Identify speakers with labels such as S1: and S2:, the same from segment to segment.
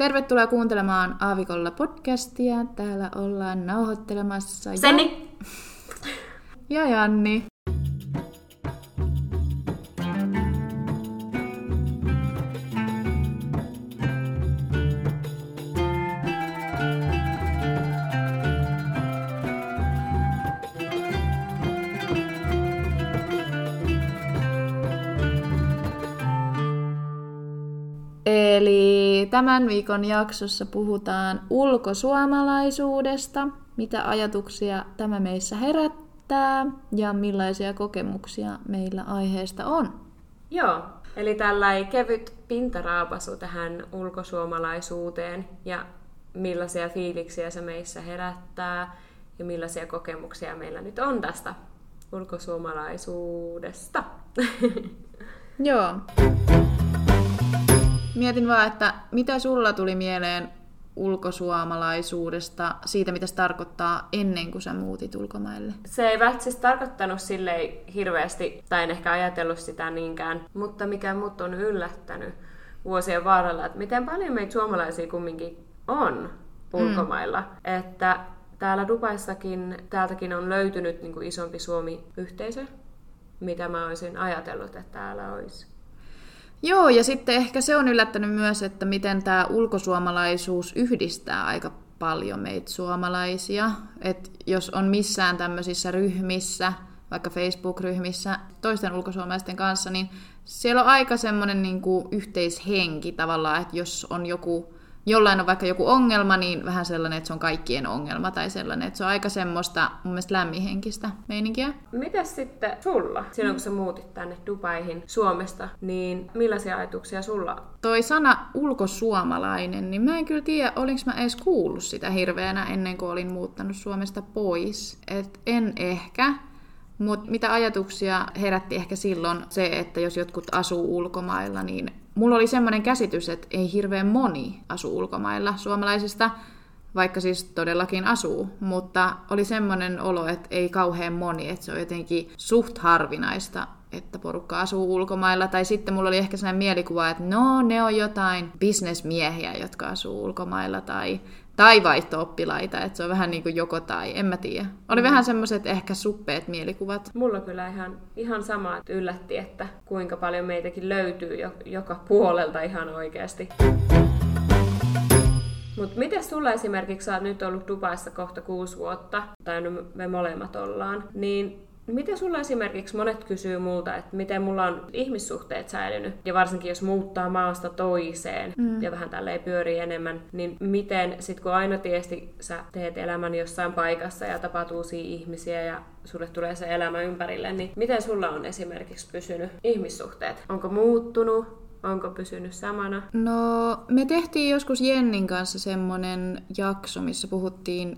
S1: Tervetuloa kuuntelemaan Aavikolla podcastia. Täällä ollaan nauhoittelemassa
S2: Senni
S1: ja Janni. Eli tämän viikon jaksossa puhutaan ulkosuomalaisuudesta, mitä ajatuksia tämä meissä herättää ja millaisia kokemuksia meillä aiheesta on.
S2: Joo, eli tällainen kevyt pintaraapasu tähän ulkosuomalaisuuteen ja millaisia fiiliksiä se meissä herättää ja millaisia kokemuksia meillä nyt on tästä ulkosuomalaisuudesta.
S1: Joo. Mietin vaan, että mitä sulla tuli mieleen ulkosuomalaisuudesta, siitä mitä se tarkoittaa ennen kuin sä muutit ulkomaille?
S2: Se ei välttämättä tarkoittanut silleen hirveästi, tai en ehkä ajatellut sitä niinkään, mutta mikä mut on yllättänyt vuosien varrella, että miten paljon meitä suomalaisia kumminkin on ulkomailla. Että täällä Dubaissakin, täältäkin on löytynyt niin kuin isompi Suomi-yhteisö, mitä mä olisin ajatellut, että täällä olisi.
S1: Joo, ja sitten ehkä se on yllättänyt myös, että miten tämä ulkosuomalaisuus yhdistää aika paljon meitä suomalaisia. Että jos on missään tämmöisissä ryhmissä, vaikka Facebook-ryhmissä toisten ulkosuomalaisten kanssa, niin siellä on aika semmoinen niinku yhteishenki tavallaan, että jos on jollain on vaikka joku ongelma, niin vähän sellainen, että se on kaikkien ongelma tai sellainen, että se on aika semmoista mun mielestä lämminhenkistä meininkiä.
S2: Mitäs sitten sulla, silloin kun sä muutit tänne Dubaihin Suomesta, niin millaisia ajatuksia sulla?
S1: Toi sana ulkosuomalainen, niin mä en kyllä tiedä, olinko mä edes kuullut sitä hirveänä ennen kuin olin muuttanut Suomesta pois. Et en ehkä. Mutta mitä ajatuksia herätti ehkä silloin se, että jos jotkut asuu ulkomailla, niin mulla oli semmoinen käsitys, että ei hirveän moni asu ulkomailla suomalaisista, vaikka siis todellakin asuu, mutta oli semmoinen olo, että ei kauhean moni, että se on jotenkin suht harvinaista, että porukka asuu ulkomailla. Tai sitten mulla oli ehkä sellainen mielikuva, että no, ne on jotain bisnesmiehiä, jotka asuu ulkomailla, tai vaihto-oppilaita, että se on vähän niin kuin joko tai, en mä tiedä. Oli vähän semmoiset ehkä suppeet mielikuvat.
S2: Mulla kyllä ihan sama, että yllätti, että kuinka paljon meitäkin löytyy joka puolelta ihan oikeasti. Mutta miten sulla esimerkiksi, sä oot nyt ollut Dubaissa kohta 6 vuotta, tai me molemmat ollaan, niin miten sulla esimerkiksi monet kysyy multa, että miten mulla on ihmissuhteet säilynyt, ja varsinkin jos muuttaa maasta toiseen ja vähän tälleen pyörii enemmän, niin miten sit kun aina tietysti sä teet elämän jossain paikassa ja tapaat uusia ihmisiä ja sulle tulee se elämä ympärille, niin miten sulla on esimerkiksi pysynyt ihmissuhteet? Onko muuttunut? Onko pysynyt samana?
S1: No, me tehtiin joskus Jennin kanssa semmonen jakso, missä puhuttiin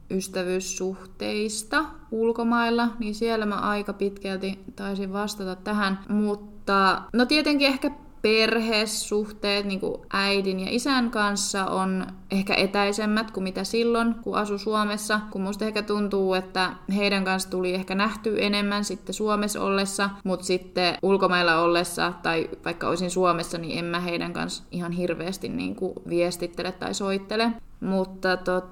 S1: ystävyyssuhteista ulkomailla, niin siellä mä aika pitkälti taisin vastata tähän. Mutta no tietenkin ehkä perhesuhteet niin kuin äidin ja isän kanssa on ehkä etäisemmät kuin mitä silloin, kun asu Suomessa. Kun musta ehkä tuntuu, että heidän kanssa tuli ehkä nähty enemmän sitten Suomessa ollessa, mutta sitten ulkomailla ollessa tai vaikka olisin Suomessa, niin en mä heidän kanssa ihan hirveästi niin kuin viestittele tai soittele. Mutta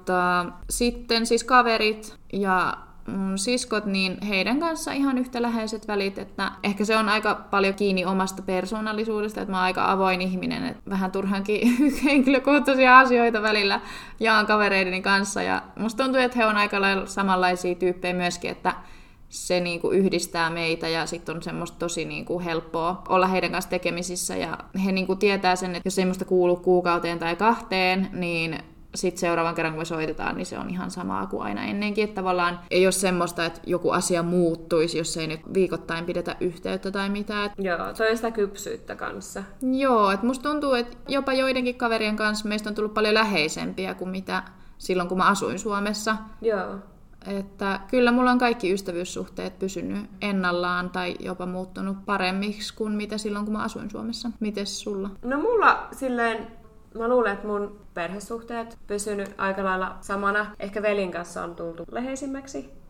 S1: sitten siis kaverit ja mun siskot, niin heidän kanssa ihan yhtä läheiset välit, että ehkä se on aika paljon kiinni omasta persoonallisuudesta, että mä oon aika avoin ihminen, että vähän turhankin henkilökohtaisia asioita välillä jaan kavereideni kanssa, ja musta tuntuu, että he on aika lailla samanlaisia tyyppejä myöskin, että se niinku yhdistää meitä ja sitten on semmoista tosi niinku helppoa olla heidän kanssa tekemisissä, ja he niinku tietää sen, että jos ei musta kuulu kuukauteen tai 2, niin sitten seuraavan kerran, kun me soitetaan, niin se on ihan samaa kuin aina ennenkin. Että tavallaan ei ole semmoista, että joku asia muuttuisi, jos ei nyt viikoittain pidetä yhteyttä tai mitään.
S2: Joo, se on sitä kypsyyttä kanssa.
S1: Joo, että musta tuntuu, että jopa joidenkin kaverien kanssa meistä on tullut paljon läheisempiä kuin mitä silloin, kun mä asuin Suomessa.
S2: Joo.
S1: Että kyllä mulla on kaikki ystävyyssuhteet pysynyt ennallaan tai jopa muuttunut paremmiksi kuin mitä silloin, kun mä asuin Suomessa. Mites sulla?
S2: No mulla silleen, mä luulen, että mun perhesuhteet pysynyt aika lailla samana. Ehkä velin kanssa on tultu läheisimmäksi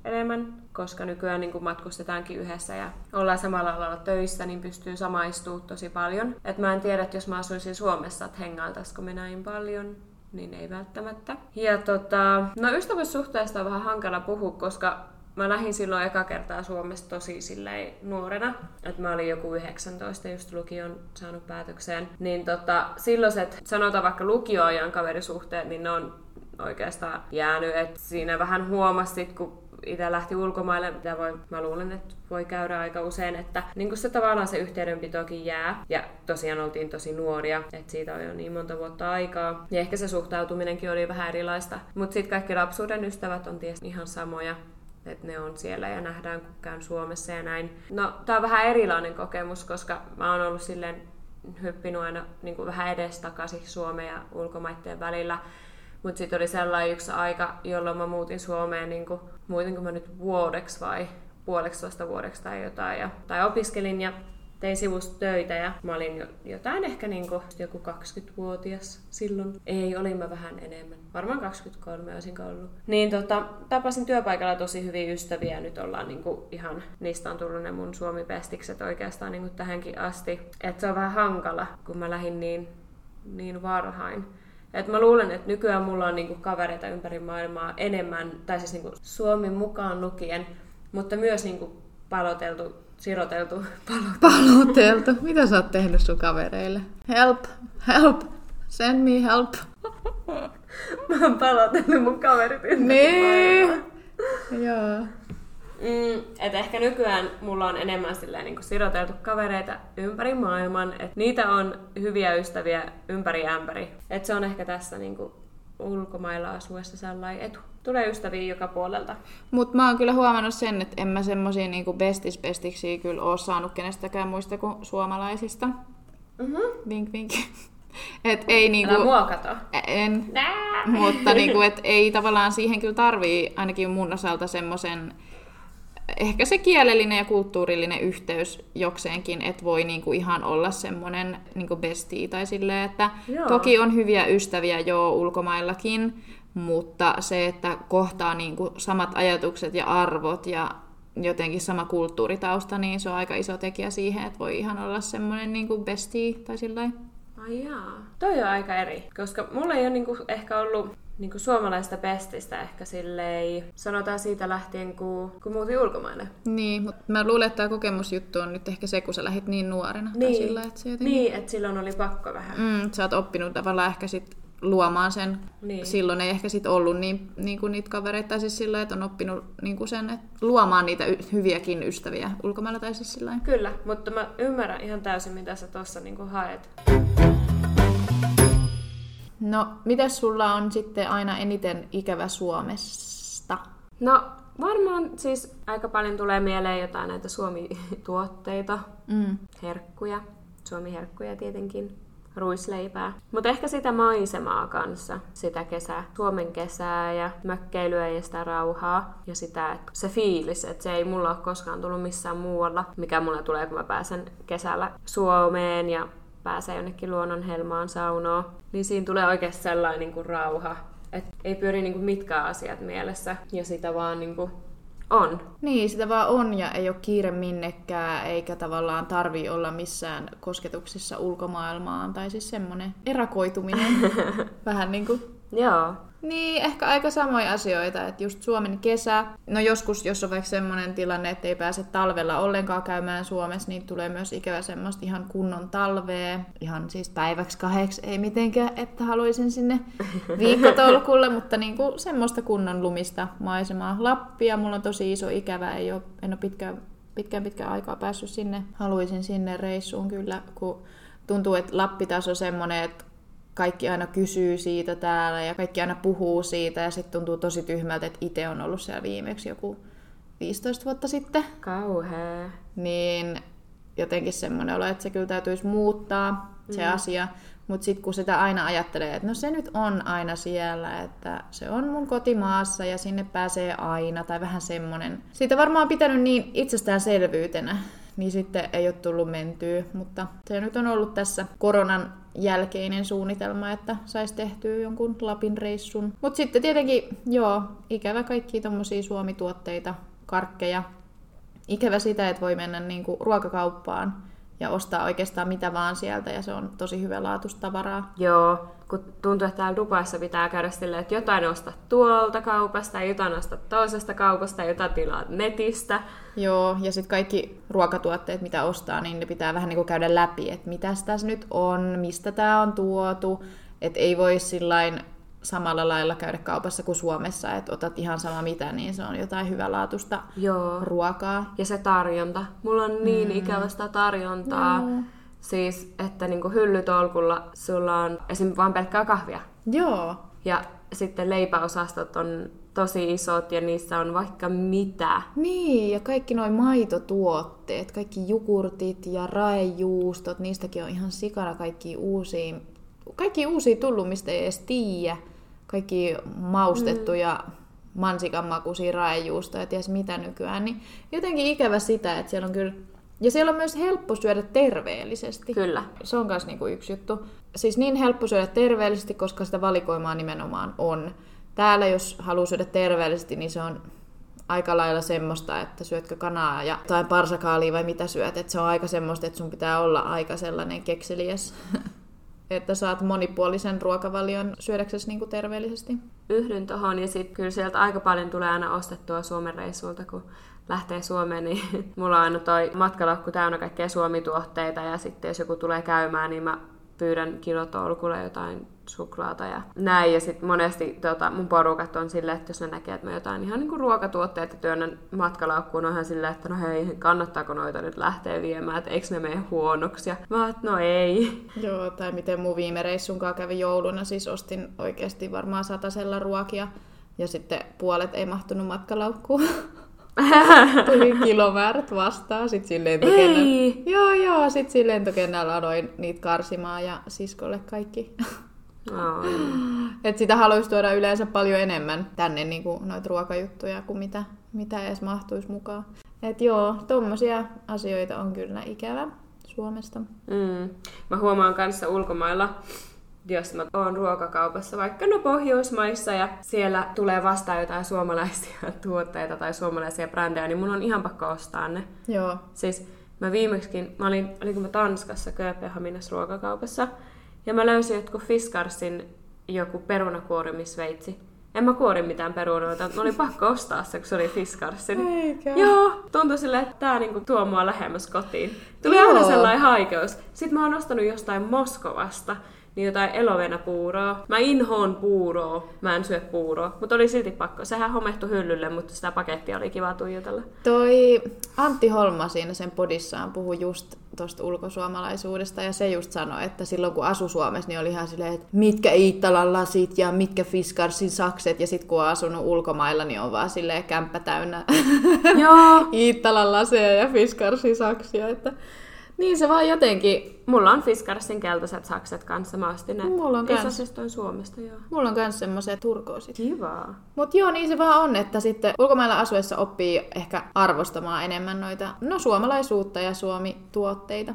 S2: enemmän, koska nykyään niin kun matkustetaankin yhdessä ja ollaan samalla alalla töissä, niin pystyy samaistumaan tosi paljon. Et mä en tiedä, että jos mä asuisin Suomessa, että hengailtaisiko me näin paljon, niin ei välttämättä. Ja no ystävyyssuhteesta on vähän hankala puhua, koska mä lähdin silloin eka kertaa Suomesta tosi silleen nuorena, että mä olin joku 19, just lukion saanut päätökseen. Niin silloiset, sanotaan vaikka lukioajan kaverisuhteet, niin ne on oikeastaan jäänyt, että siinä vähän huomasit, kun itse lähti ulkomaille, mä luulen, että voi käydä aika usein, että niin se tavallaan se yhteydenpitokin jää. Ja tosiaan oltiin tosi nuoria, että siitä on jo niin monta vuotta aikaa. Ja ehkä se suhtautuminenkin oli vähän erilaista. Mutta sitten kaikki lapsuuden ystävät on tietysti ihan samoja. Että ne on siellä ja nähdään, kun käyn Suomessa ja näin. No, tää on vähän erilainen kokemus, koska mä oon ollut silleen hyppinut aina niin kuin vähän edestakaisin Suomen ja ulkomaiden välillä. Mutta sitten oli sellainen yksi aika, jolloin mä muutin Suomeen, niin kuin, muutinko mä nyt vuodeksi vai puoleksitoista vuodeksi tai jotain. Tai opiskelin ja tein sivusta töitä ja mä olin jotain ehkä niin kuin joku 20-vuotias silloin. Ei, olin mä vähän enemmän. Varmaan 23 olisin ollut. Niin tapasin työpaikalla tosi hyviä ystäviä. Nyt ollaan niin kuin ihan, niistä on tullut ne mun suomipestikset oikeastaan niin kuin tähänkin asti. Et se on vähän hankala, kun mä lähdin niin varhain. Et mä luulen, että nykyään mulla on niinku kavereita ympäri maailmaa enemmän, tai siis niinku Suomi mukaan lukien, mutta myös niinku siroteltu.
S1: Mitä sä oot tehnyt sun kavereille? Help! Send me help!
S2: Mä oon palotellut mun kaverit ympäri maailmaa.
S1: Joo.
S2: Et ehkä nykyään mulla on enemmän silleen, niin kuin siroteltu kavereita ympäri maailman. Et niitä on hyviä ystäviä ympäri ämpäri. Et se on ehkä tässä niin kuin ulkomailla asuessa sellainen etu. Tulee ystäviä joka puolelta.
S1: Mut mä oon kyllä huomannut sen, että en mä semmosia niinku bestiksi kyllä oo saanut kenestäkään muista kuin suomalaisista. Vink vink. Et ei niinku...
S2: Älä mua kato.
S1: En. Mutta niinku, et ei tavallaan siihen kyllä tarvii ainakin mun osalta semmosen... Ehkä se kielellinen ja kulttuurillinen yhteys jokseenkin, että voi niinku ihan olla semmoinen niinku bestie tai silleen, että toki on hyviä ystäviä jo ulkomaillakin, mutta se, että kohtaa niinku samat ajatukset ja arvot ja jotenkin sama kulttuuritausta, niin se on aika iso tekijä siihen, että voi ihan olla semmoinen niinku bestie tai silleen.
S2: Ai jaa. Toi on aika eri, koska mulla ei ole niinku ehkä ollut niinku suomalaista bestistä ehkä silleen, sanotaan siitä lähtien, kun muutin ulkomaille.
S1: Niin, mutta mä luulen, että tämä kokemusjuttu on nyt ehkä se, kun sä lähdit niin nuorena.
S2: Niin,
S1: sillä, että se jotenkin...
S2: niin, että silloin oli pakko vähän.
S1: Sä oot oppinut tavallaan ehkä sit luomaan sen.
S2: Niin.
S1: Silloin ei ehkä sit ollut niin kuin niitä kavereita, tai siis sillä, että on oppinut niin kuin sen, että luomaan niitä hyviäkin ystäviä ulkomailla, tai siis sillä.
S2: Kyllä, mutta mä ymmärrän ihan täysin, mitä sä tuossa niin kuin haet.
S1: No, mitäs sulla on sitten aina eniten ikävä Suomesta?
S2: No, varmaan siis aika paljon tulee mieleen jotain näitä Suomi-tuotteita, herkkuja, Suomi-herkkuja tietenkin, ruisleipää. Mutta ehkä sitä maisemaa kanssa, sitä kesää, Suomen kesää ja mökkeilyä ja sitä rauhaa. Ja sitä, että se fiilis, että se ei mulla ole koskaan tullut missään muualla, mikä mulla tulee, kun mä pääsen kesällä Suomeen ja pääsee jonnekin luonnonhelmaan saunoon, niin siinä tulee oikeasti sellainen niin kuin rauha, että ei pyöri niin kuin mitkään asiat mielessä, ja sitä vaan niin kuin on.
S1: Niin, sitä vaan on, ja ei ole kiire minnekään, eikä tavallaan tarvii olla missään kosketuksissa ulkomaailmaan, tai siis semmoinen erakoituminen, vähän niin kuin.
S2: Joo.
S1: Niin, ehkä aika samoja asioita, että just Suomen kesä. No joskus, jos on vaikka semmoinen tilanne, että ei pääse talvella ollenkaan käymään Suomessa, niin tulee myös ikävä semmoista ihan kunnon talvea. Ihan siis päiväksi 2, ei mitenkään, että haluaisin sinne viikkotolkulle, mutta niinku semmoista kunnon lumista maisemaa. Lappia, mulla on tosi iso ikävä, en ole pitkään aikaa päässyt sinne. Haluaisin sinne reissuun kyllä, kun tuntuu, että Lappi taas on semmoinen, että kaikki aina kysyy siitä täällä ja kaikki aina puhuu siitä ja sitten tuntuu tosi tyhmältä, että itse on ollut siellä viimeksi joku 15 vuotta sitten.
S2: Kauhea.
S1: Niin jotenkin semmoinen olo, että se kyllä täytyisi muuttaa se asia. Mutta sitten kun sitä aina ajattelee, että no se nyt on aina siellä, että se on mun kotimaassa ja sinne pääsee aina tai vähän semmoinen. Siitä varmaan on pitänyt niin itsestäänselvyytenä, niin sitten ei ole tullut mentyä, mutta se nyt on ollut tässä koronan jälkeinen suunnitelma, että saisi tehtyä jonkun Lapin reissun. Mutta sitten tietenkin, joo, ikävä kaikkia tommosia Suomi-tuotteita, karkkeja. Ikävä sitä, että voi mennä niinku ruokakauppaan ja ostaa oikeastaan mitä vaan sieltä, ja se on tosi hyvälaatuista tavaraa.
S2: Joo, kun tuntuu, että täällä Dubaissa pitää käydä silleen, että jotain ostaa tuolta kaupasta, jotain ostaa toisesta kaupasta, jotain tilaat netistä.
S1: Joo, ja sitten kaikki ruokatuotteet, mitä ostaa, niin ne pitää vähän niin kuin käydä läpi, että mitä tässä nyt on, mistä tämä on tuotu, että ei voi sillain samalla lailla käydä kaupassa kuin Suomessa, että otat ihan sama mitä, niin se on jotain hyvälaatuista ruokaa.
S2: Ja se tarjonta. Mulla on niin ikävästä tarjontaa. Siis, että niinku hyllytolkulla sulla on esimerkiksi vain pelkkää kahvia.
S1: Joo.
S2: Ja sitten leipäosastot on tosi isot ja niissä on vaikka mitä.
S1: Niin, ja kaikki nuo maitotuotteet, kaikki jogurtit ja raejuustot, niistäkin on ihan sikana kaikki uusia tullut, mistä ei edes tiedä. Kaikki maustettuja mansikan makuisia raejuustoja ja ties mitä nykyään. Niin jotenkin ikävä sitä, että siellä on kyllä... Ja siellä on myös helppo syödä terveellisesti.
S2: Kyllä.
S1: Se on myös niinku yksi juttu. Siis niin helppo syödä terveellisesti, koska sitä valikoimaa nimenomaan on. Täällä jos haluaa syödä terveellisesti, niin se on aika lailla semmoista, että syötkö kanaa ja tai parsakaalia vai mitä syöt. Että se on aika semmoista, että sun pitää olla aika sellainen kekseliäs, että saat monipuolisen ruokavalion syödäksesi niinku terveellisesti.
S2: Yhdyn tohon, ja sitten kyllä sieltä aika paljon tulee aina ostettua Suomen reissulta, kun lähtee Suomeen, niin mulla on aina toi matkalaukku täynnä kaikkea Suomi-tuotteita, ja sitten jos joku tulee käymään, niin mä pyydän kilotolkulle jotain suklaata ja näin. Ja sitten monesti mun porukat on silleen, että jos ne näkee, että mä jotain ihan niinku ruokatuotteita työnnän matkalaukkuun, on ihan silleen, että no hei, kannattaako noita nyt lähteä viemään, että eikö ne mene huonoksi? Ja mä oon, että no ei.
S1: Joo, tai miten mun viime reissunkaan kävi jouluna, siis ostin oikeasti varmaan 100 ruokia, ja sitten puolet ei mahtunut matkalaukkuun. Tuli kilomäärät vastaan, sit siinä lentokennällä. Joo, sit siinä lentokennällä aloin niitä karsimaan ja siskolle kaikki. Et sitä haluaisi tuoda yleensä paljon enemmän tänne niinku noita ruokajuttuja kuin mitä edes mahtuisi mukaan. Et joo, tommosia asioita on kyllä ikävä Suomesta.
S2: Mä huomaan kanssa ulkomailla, jos mä oon ruokakaupassa vaikka Pohjoismaissa ja siellä tulee vastaan jotain suomalaisia tuotteita tai suomalaisia brändejä, niin mun on ihan pakko ostaa ne.
S1: Joo.
S2: Siis mä viimeksikin, olinko mä Tanskassa Kööpenhaminassa ruokakaupassa, ja mä löysin jotkut Fiskarsin joku perunakuorimisveitsi. En mä kuori mitään perunoita, mutta mä olin pakko ostaa se, kun se oli Fiskarsin.
S1: Eikä.
S2: Joo, tuntui silleen, että tää niinku tuo mua lähemmäs kotiin. Tuli aina sellainen haikeus. Sitten mä oon ostanut jostain Moskovasta niin jotain elovenapuuroa. Mä inhoon puuroa, mä en syö puuroa, mutta oli silti pakko. Sehän homehtui hyllylle, mutta sitä pakettia oli kiva tuijotella.
S1: Toi Antti Holma siinä sen podissaan puhui just tuosta ulkosuomalaisuudesta, ja se just sanoi, että silloin kun asui Suomessa, niin oli ihan silleen, että mitkä Iittalan lasit ja mitkä Fiskarsin sakset, ja sitten kun on asunut ulkomailla, niin on vaan silleen kämppä täynnä Iittalan laseja ja Fiskarsin saksia, että niin se vaan jotenkin...
S2: Mulla on Fiskarsin keltaiset sakset kanssa, mä ostin ne.
S1: Mulla on kans.
S2: Suomesta, joo.
S1: Mulla on kans semmoiset turkoosit.
S2: Kivaa.
S1: Mut joo, niin se vaan on, että sitten ulkomailla asuessa oppii ehkä arvostamaan enemmän noita, suomalaisuutta ja Suomi-tuotteita.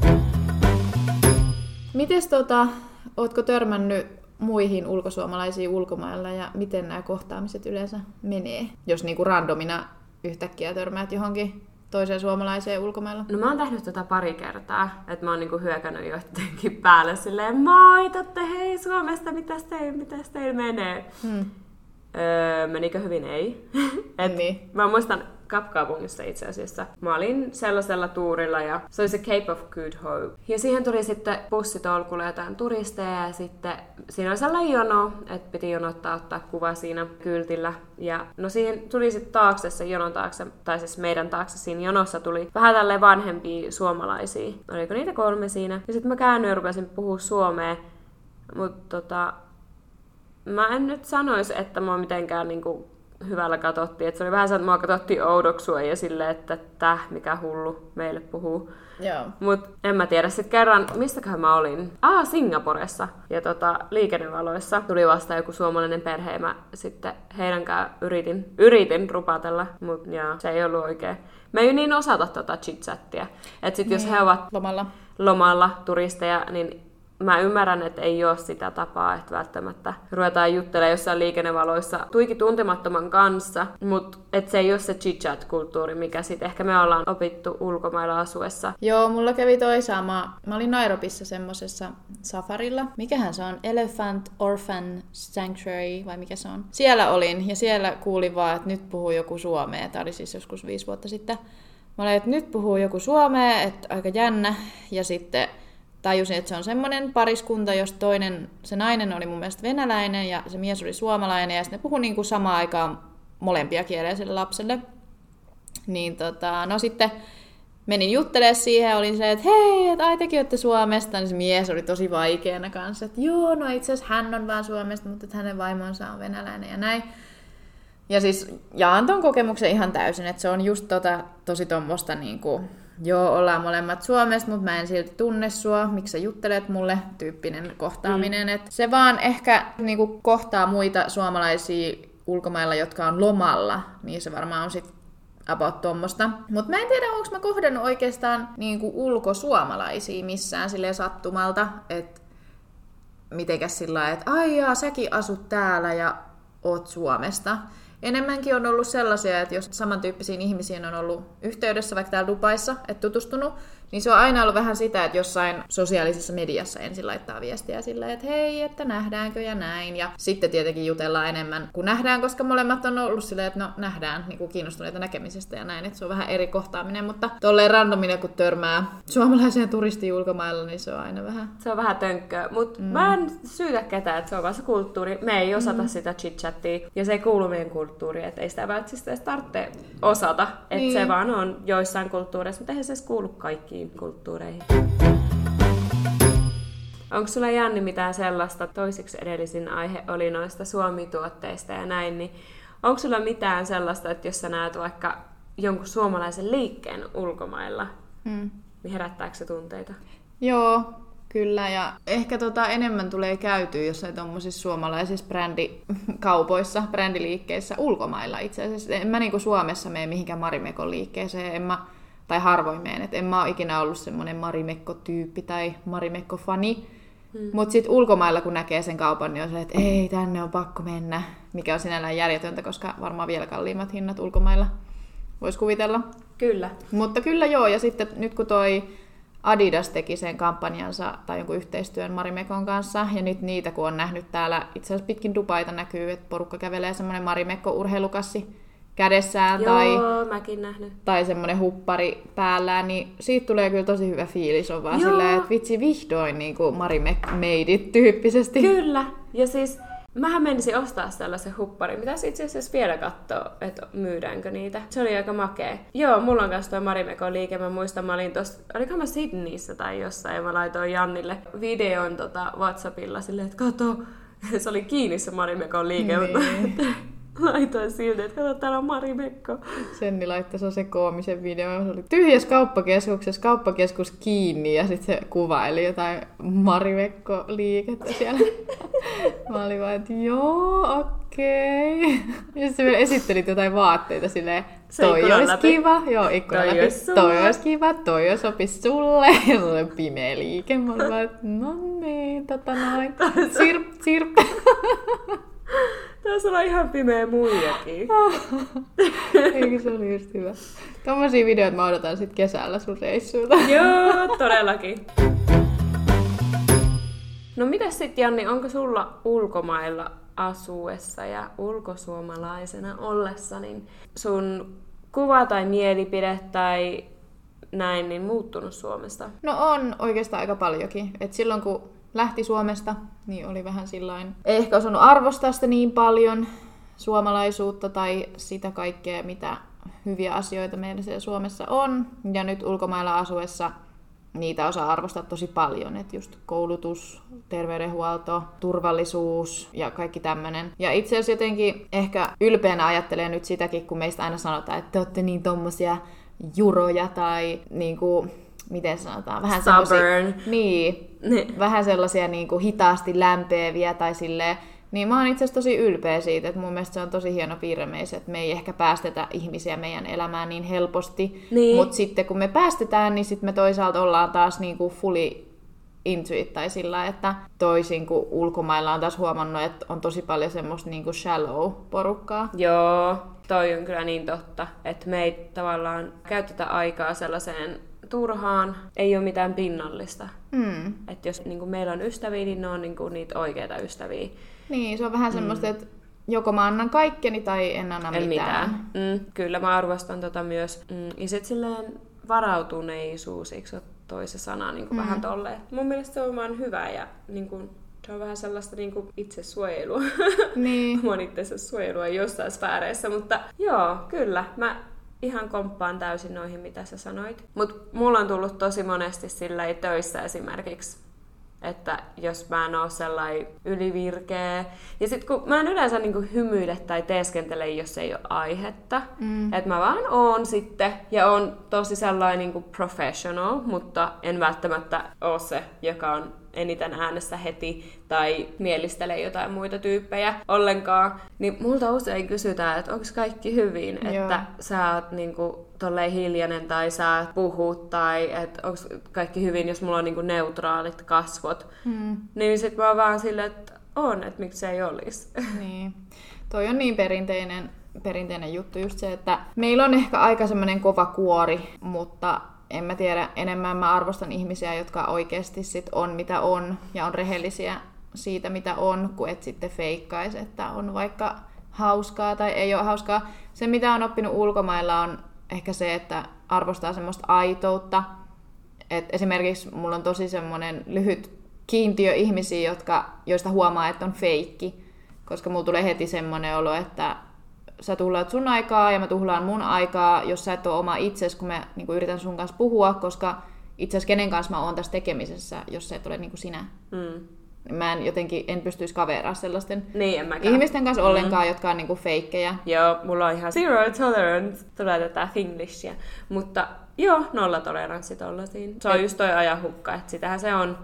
S1: Mites ootko törmännyt muihin ulkosuomalaisiin ulkomailla ja miten nämä kohtaamiset yleensä menee? Jos niinku randomina yhtäkkiä törmäät johonkin toiseen suomalaiseen ulkomailla?
S2: No mä oon tehnyt tätä pari kertaa, että mä oon niinku hyökännyt jotenkin päälle silleen, maitotte, hei Suomesta, mitäs teillä menee? Menikö hyvin? Ei.
S1: Niin.
S2: Mä muistan Kapkaupungissa itse asiassa. Mä olin sellaisella tuurilla ja se oli se Cape of Good Hope. Ja siihen tuli sitten bussitolkulle jotain turisteja ja sitten siinä oli sellainen jono, että piti ottaa kuva siinä kyltillä. Ja no siihen tuli sitten taakse se jonon taakse, tai siis meidän taakse siinä jonossa tuli vähän tälleen vanhempia suomalaisia. Oliko niitä 3 siinä? Ja sitten mä käännyin ja rupesin puhua suomea, mutta mä en nyt sanoisi, että mä mitenkään niinku hyvällä katsottiin. Että se oli vähän se, että mua katsottiin oudoksua ja silleen, että mikä hullu meille puhuu.
S1: Joo.
S2: Mut en mä tiedä. Sitten kerran, mistäköhän mä olin? Singaporessa. Ja liikennevaloissa tuli vasta joku suomalainen perhe ja mä sitten heidänkään yritin rupatella, mut se ei ollut oikein. Me ei niin osata chit-chattia. Että sit jos he ovat
S1: lomalla
S2: turisteja, niin mä ymmärrän, että ei ole sitä tapaa, että välttämättä ruvetaan juttelemaan jossain liikennevaloissa tuiki tuntemattoman kanssa, mutta se ei ole se chit-chat-kulttuuri, mikä sitten ehkä me ollaan opittu ulkomailla asuessa.
S1: Joo, mulla kävi toi sama. Mä olin Nairobissa semmosessa safarilla. Mikähän se on? Elephant Orphan Sanctuary, vai mikä se on? Siellä olin, ja siellä kuulin vaan, että nyt puhuu joku suomea. Tämä oli siis joskus 5 vuotta sitten. Mä olin, että nyt puhuu joku suomea, että aika jännä. Ja sitten tajusin, että se on semmoinen pariskunta, jos se nainen oli mun mielestä venäläinen ja se mies oli suomalainen, ja sitten ne puhui niin kuin samaan aikaan molempia kieliä sille lapselle. Niin no sitten menin juttelemaan siihen ja olin se, että hei, että ai tekin olette Suomesta. Niin se mies oli tosi vaikeana kanssa, että joo, no itse asiassa hän on vaan Suomesta, mutta että hänen vaimonsa on venäläinen ja näin. Ja siis jaan ton kokemuksen ihan täysin, että se on just tosi tommoista niinku, joo, ollaan molemmat Suomesta, mutta mä en silti tunne sua, miksi sä juttelet mulle, tyyppinen kohtaaminen. Et se vaan ehkä niinku kohtaa muita suomalaisia ulkomailla, jotka on lomalla, niin se varmaan on sit about tommosta. Mutta mä en tiedä, onko mä kohdannut oikeastaan niinku ulkosuomalaisia missään silleen sattumalta, että mitenkäs sillä lailla, että ai jaa, säkin asut täällä ja oot Suomesta. Enemmänkin on ollut sellaisia, että jos samantyyppisiin ihmisiin on ollut yhteydessä, vaikka täällä Dubaissa, et tutustunut, niin se on aina ollut vähän sitä, että jossain sosiaalisessa mediassa ensin laittaa viestiä silleen, että hei, että nähdäänkö ja näin. Ja sitten tietenkin jutellaan enemmän kuin nähdään, koska molemmat on ollut silleen, että no nähdään niin kuin kiinnostuneita näkemisestä ja näin. Että se on vähän eri kohtaaminen, mutta tolleen randomina kun törmää suomalaiseen turistiin ulkomailla, niin se on aina vähän...
S2: Se on vähän tönkköä, mutta mä en syytä ketään, että se on vaan se kulttuuri. Me ei osata sitä chit-chattia ja se ei kuulu meidän kulttuuriin, että ei sitä välttämättä edes tarvitse osata. Että niin. Se vaan on joissain kulttuureissa, mutta eihän se edes kuulu kaikkiin kulttuureihin. Onko sulla, Janni, mitään sellaista, toiseksi edellisin aihe oli noista Suomi-tuotteista ja näin, niin onko sulla mitään sellaista, että jos sä näet vaikka jonkun suomalaisen liikkeen ulkomailla, niin herättääkö se tunteita?
S1: Joo, kyllä, ja ehkä enemmän tulee käytyä jossain tommosissa suomalaisissa brändikaupoissa, brändiliikkeissä ulkomailla itse asiassa. En mä niinku Suomessa mene mihinkään Marimekon liikkeeseen, tai harvoin meen. En mä ole ikinä ollut semmoinen Marimekko-tyyppi tai Marimekko-fani. Mutta sitten ulkomailla, kun näkee sen kaupan, niin on se, että ei, tänne on pakko mennä. Mikä on sinällään järjetöntä, koska varmaan vielä kalliimmat hinnat ulkomailla voisi kuvitella.
S2: Kyllä.
S1: Mutta kyllä joo, ja sitten nyt kun toi Adidas teki sen kampanjansa tai jonkun yhteistyön Marimekon kanssa, ja nyt niitä kun on nähnyt täällä, itse asiassa pitkin Dubaita näkyy, että porukka kävelee semmoinen Marimekko-urheilukassi kädessään
S2: mäkin nähnyt.
S1: Tai semmoinen huppari päällään, niin siitä tulee kyllä tosi hyvä fiilis. On vaan silleen, että vitsi vihdoin niin kuin Marimek made it -tyyppisesti.
S2: Kyllä. Ja siis mähän menisin ostaa sellaisen hupparin. Mitäs itse asiassa vielä katsoo, että myydäänkö niitä. Se oli aika makea. Joo, mulla on kanssa toi Marimekon liike. Mä muistan, mä olin tossa, olikohan mä Sydneyssä tai jossain, ja mä laitoin Jannille videon WhatsAppilla silleen, että kato, se oli kiinni se Marimekon liike. Niin. Laitoin silti, että kato, täällä on Marimekko.
S1: Senni laittoi se koomisen video. Se oli tyhjässä kauppakeskuksessa, kauppakeskus kiinni, ja sitten se kuvaili jotain Marimekko-liikettä siellä. Mä olin vaan, että joo, okei. Ja sitten vielä esittelit jotain vaatteita silleen, toi olisi kiva. Joo, ikkuna läpi. Toi olisi kiva, toi sopisi sulle. Ja se oli pimeä liike. Mä olin vaan, että no niin, noin. Sirp.
S2: Taisi olla ihan pimeä muijakin.
S1: Eikö se oli just hyvä. Tommosia videoita mä odotan sit kesällä sun reissuilta.
S2: Joo, todellakin. No mitäs sit, Janni, onko sulla ulkomailla asuessa ja ulkosuomalaisena ollessa, niin sun kuva tai mielipide tai näin niin muuttunut Suomesta?
S1: No on oikeastaan aika paljonkin. Et silloin kun lähti Suomesta, niin oli vähän sillain. Ei ehkä osannut arvostaa sitä niin paljon, suomalaisuutta tai sitä kaikkea, mitä hyviä asioita meillä siellä Suomessa on. Ja nyt ulkomailla asuessa niitä osaa arvostaa tosi paljon. Että just koulutus, terveydenhuolto, turvallisuus ja kaikki tämmönen. Ja itse asiassa jotenkin ehkä ylpeänä ajattelee nyt sitäkin, kun meistä aina sanotaan, että te olette niin tommosia juroja tai niinku, miten sanotaan, vähän
S2: stubborn.
S1: Vähän sellaisia niinku hitaasti lämpeäviä tai silleen. Niin mä oon itse asiassa tosi ylpeä siitä, että mun mielestä se on tosi hieno piirre meissä, että me ei ehkä päästetä ihmisiä meidän elämään niin helposti. Niin. Mutta sitten kun me päästetään, niin sitten me toisaalta ollaan taas niinku fully into it, tai sillä, että toisin kuin ulkomailla on taas huomannut, että on tosi paljon semmoista niinku shallow porukkaa.
S2: Joo, toi on kyllä niin totta, että me ei tavallaan käytetä aikaa sellaiseen turhaan, ei ole mitään pinnallista. Että jos niin kuin meillä on ystäviä, niin ne on niin kuin niitä oikeita ystäviä.
S1: Niin, se on vähän semmoista, että joko mä annan kaikkeni tai en anna mitään.
S2: Kyllä mä arvostan myös. Ja sit silleen varautuneisuus, eikö se ole toisa sana niin kuin vähän tolleen. Mun mielestä se on vaan hyvä ja niin kuin, se on vähän sellaista niin kuin itsesuojelua.
S1: Niin.
S2: Mun itsensä suojelua jossain sfääreissä, mutta joo, kyllä. Mä ihan komppaan täysin noihin, mitä sä sanoit. Mut mulla on tullut tosi monesti sillä töissä esimerkiksi, että jos mä en oo sellainen ylivirkeä. Ja sit kun mä en yleensä niinku hymyile tai teeskentele, jos ei ole aihetta. Että mä vaan oon sitten ja on tosi sellainen niinku professional, mutta en välttämättä oo se, joka on eniten äänessä heti tai mielistelee jotain muita tyyppejä ollenkaan. Niin multa usein kysytään, että onko kaikki hyvin, että sä oot niinku tolleen hiljainen tai sä puhut tai että onko kaikki hyvin, jos mulla on niinku neutraalit kasvot. Niin sit mä oon vaan silleen, että on, että miksi se ei olisi.
S1: Niin. Toi on niin perinteinen juttu just se, että meillä on ehkä aika semmoinen kova kuori, mutta en mä tiedä, enemmän mä arvostan ihmisiä, jotka oikeasti sit on mitä on ja on rehellisiä siitä mitä on, kuin et sitten feikkaisi, että on vaikka hauskaa tai ei ole hauskaa. Se mitä on oppinut ulkomailla on ehkä se, että arvostaa semmoista aitoutta. Et esimerkiksi mulla on tosi semmoinen lyhyt kiintiö ihmisiä, joista huomaa, että on feikki, koska mulla tulee heti semmoinen olo, että sä tuhlaat sun aikaa ja mä tuhlaan mun aikaa, jos sä et ole oma itses, kun mä niin yritän sun kanssa puhua, koska itse asiassa kenen kanssa mä oon tässä tekemisessä, jos sä et ole niin kuin sinä. Mä en pystyisi kaveraa sellaisten ihmisten kanssa ollenkaan, jotka on niin kuin feikkejä.
S2: Joo, mulla on ihan zero tolerance, tulee tätä finglishia. Mutta joo, nollatoleranssi tollaisiin. Se on just toi ajanhukka, että sitähän se on.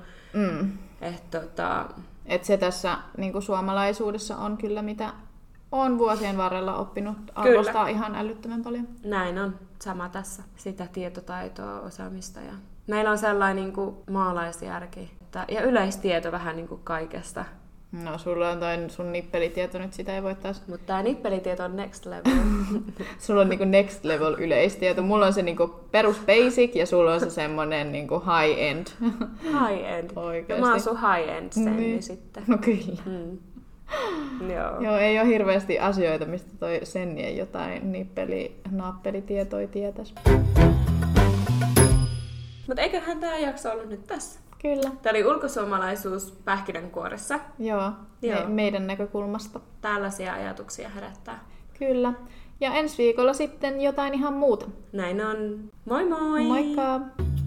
S1: Että se tässä niin kuin suomalaisuudessa on kyllä mitä on vuosien varrella oppinut arvostaa ihan älyttömän paljon.
S2: Näin on. Sama tässä. Sitä tietotaitoa, osaamista. Ja meillä on sellainen niin kuin maalaisjärki ja yleistieto vähän niin kuin kaikesta.
S1: No, sulla on toi sun nippelitieto nyt, sitä ei voi taas.
S2: Mutta tää nippelitieto on next level.
S1: Sulla on niinku next level yleistieto. Mulla on se niinku perus basic ja sulla on se semmonen niinku high end.
S2: High end.
S1: Oikeesti.
S2: Mä oon sun high end senni sitten.
S1: No kyllä. Joo, ei ole hirveästi asioita, mistä toi Senni jotain nappelitietoja tietäisi.
S2: Mutta eiköhän tää jakso ollut nyt tässä.
S1: Kyllä.
S2: Tää oli ulkosuomalaisuus pähkinänkuoressa.
S1: Joo. Meidän näkökulmasta.
S2: Tällaisia ajatuksia herättää.
S1: Kyllä. Ja ensi viikolla sitten jotain ihan muuta.
S2: Näin on. Moi moi!
S1: Moikka!